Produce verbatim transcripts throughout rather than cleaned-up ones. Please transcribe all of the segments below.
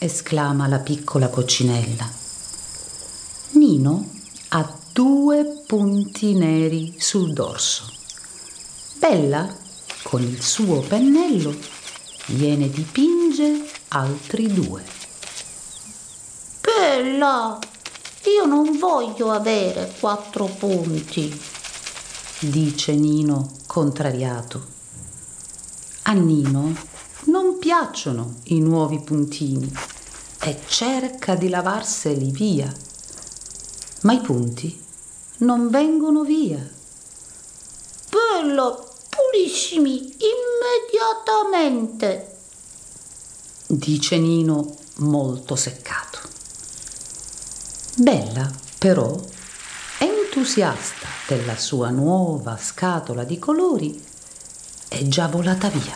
esclama la piccola coccinella. Nino ha due punti neri sul dorso. Bella, con il suo pennello, gliene dipinge altri due. Bella, io non voglio avere quattro punti, dice Nino contrariato. A Nino non piacciono i nuovi puntini e cerca di lavarseli via, ma i punti non vengono via. Bella, pulissimi immediatamente, dice Nino molto seccato. Bella, però, è entusiasta della sua nuova scatola di colori, è già volata via.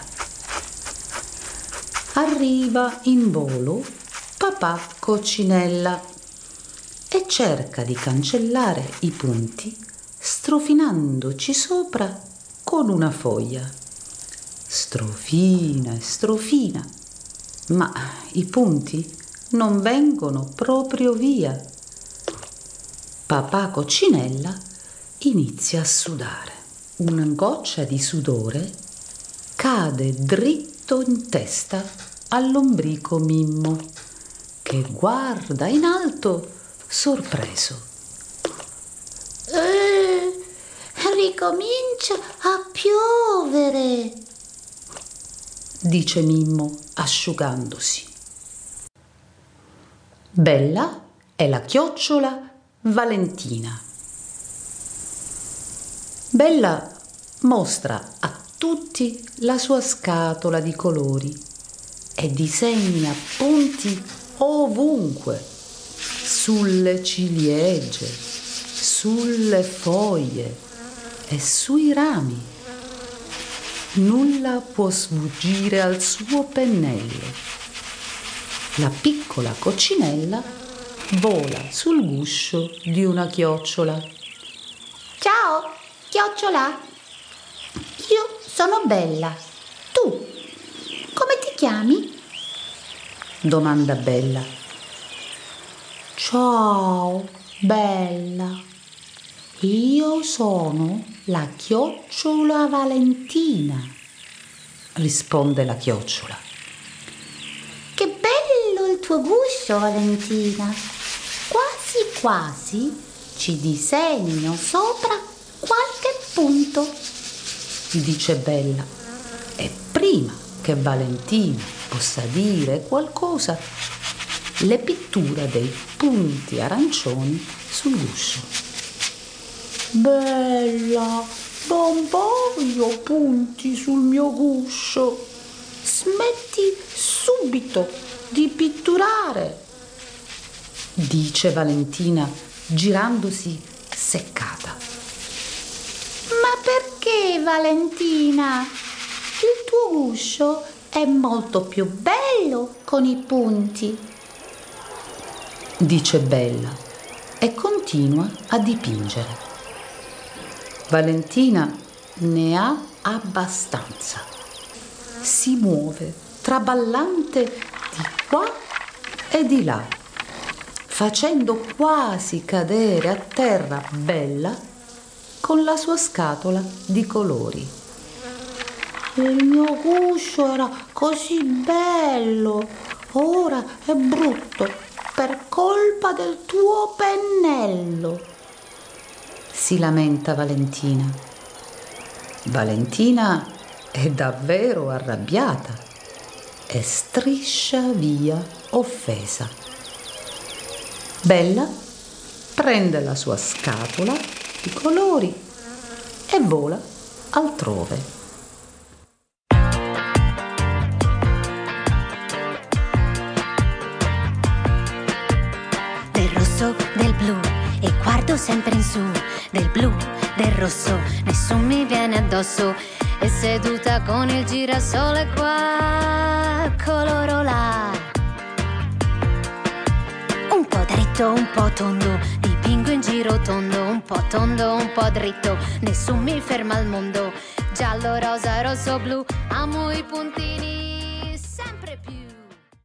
Arriva in volo papà Coccinella e cerca di cancellare i punti strofinandoci sopra con una foglia. Strofina e strofina, ma i punti non vengono proprio via. Papà Coccinella inizia a sudare. Una goccia di sudore cade dritto in testa all'ombrico Mimmo, che guarda in alto sorpreso. Eh, ricomincia a piovere, dice Mimmo asciugandosi. Bella è la chiocciola Valentina. Bella mostra a tutti la sua scatola di colori e disegna punti ovunque, sulle ciliegie, sulle foglie e sui rami. Nulla può sfuggire al suo pennello. La piccola coccinella vola sul guscio di una chiocciola. Ciao, chiocciola, io sono Bella. Tu, come ti chiami? Domanda Bella. Ciao, Bella. Io sono la chiocciola Valentina, risponde la chiocciola. Che bello il tuo guscio, Valentina. Quasi quasi ci disegno sopra qualche punto, dice Bella. E prima che Valentina possa dire qualcosa, le pittura dei punti arancioni sul guscio. Bella, non voglio punti sul mio guscio. Smetti subito di pitturare, dice Valentina girandosi seccata. Ma perché, Valentina? Il tuo guscio è molto più bello con i punti, dice Bella e continua a dipingere. Valentina ne ha abbastanza. Si muove traballante di qua e di là, facendo quasi cadere a terra Bella con la sua scatola di colori. Il mio guscio era così bello, ora è brutto per colpa del tuo pennello, si lamenta Valentina. Valentina è davvero arrabbiata e striscia via offesa. Bella prende la sua scatola di colori e vola altrove. Del rosso, del blu e guardo sempre in su, del blu, del rosso, nessuno mi viene addosso. E seduta con il girasole qua, coloro là. Un po' dritto, un po' tondo, dipingo in giro tondo, un po' tondo, un po' dritto, nessuno mi ferma al mondo. Giallo, rosa, rosso, blu, amo i puntini.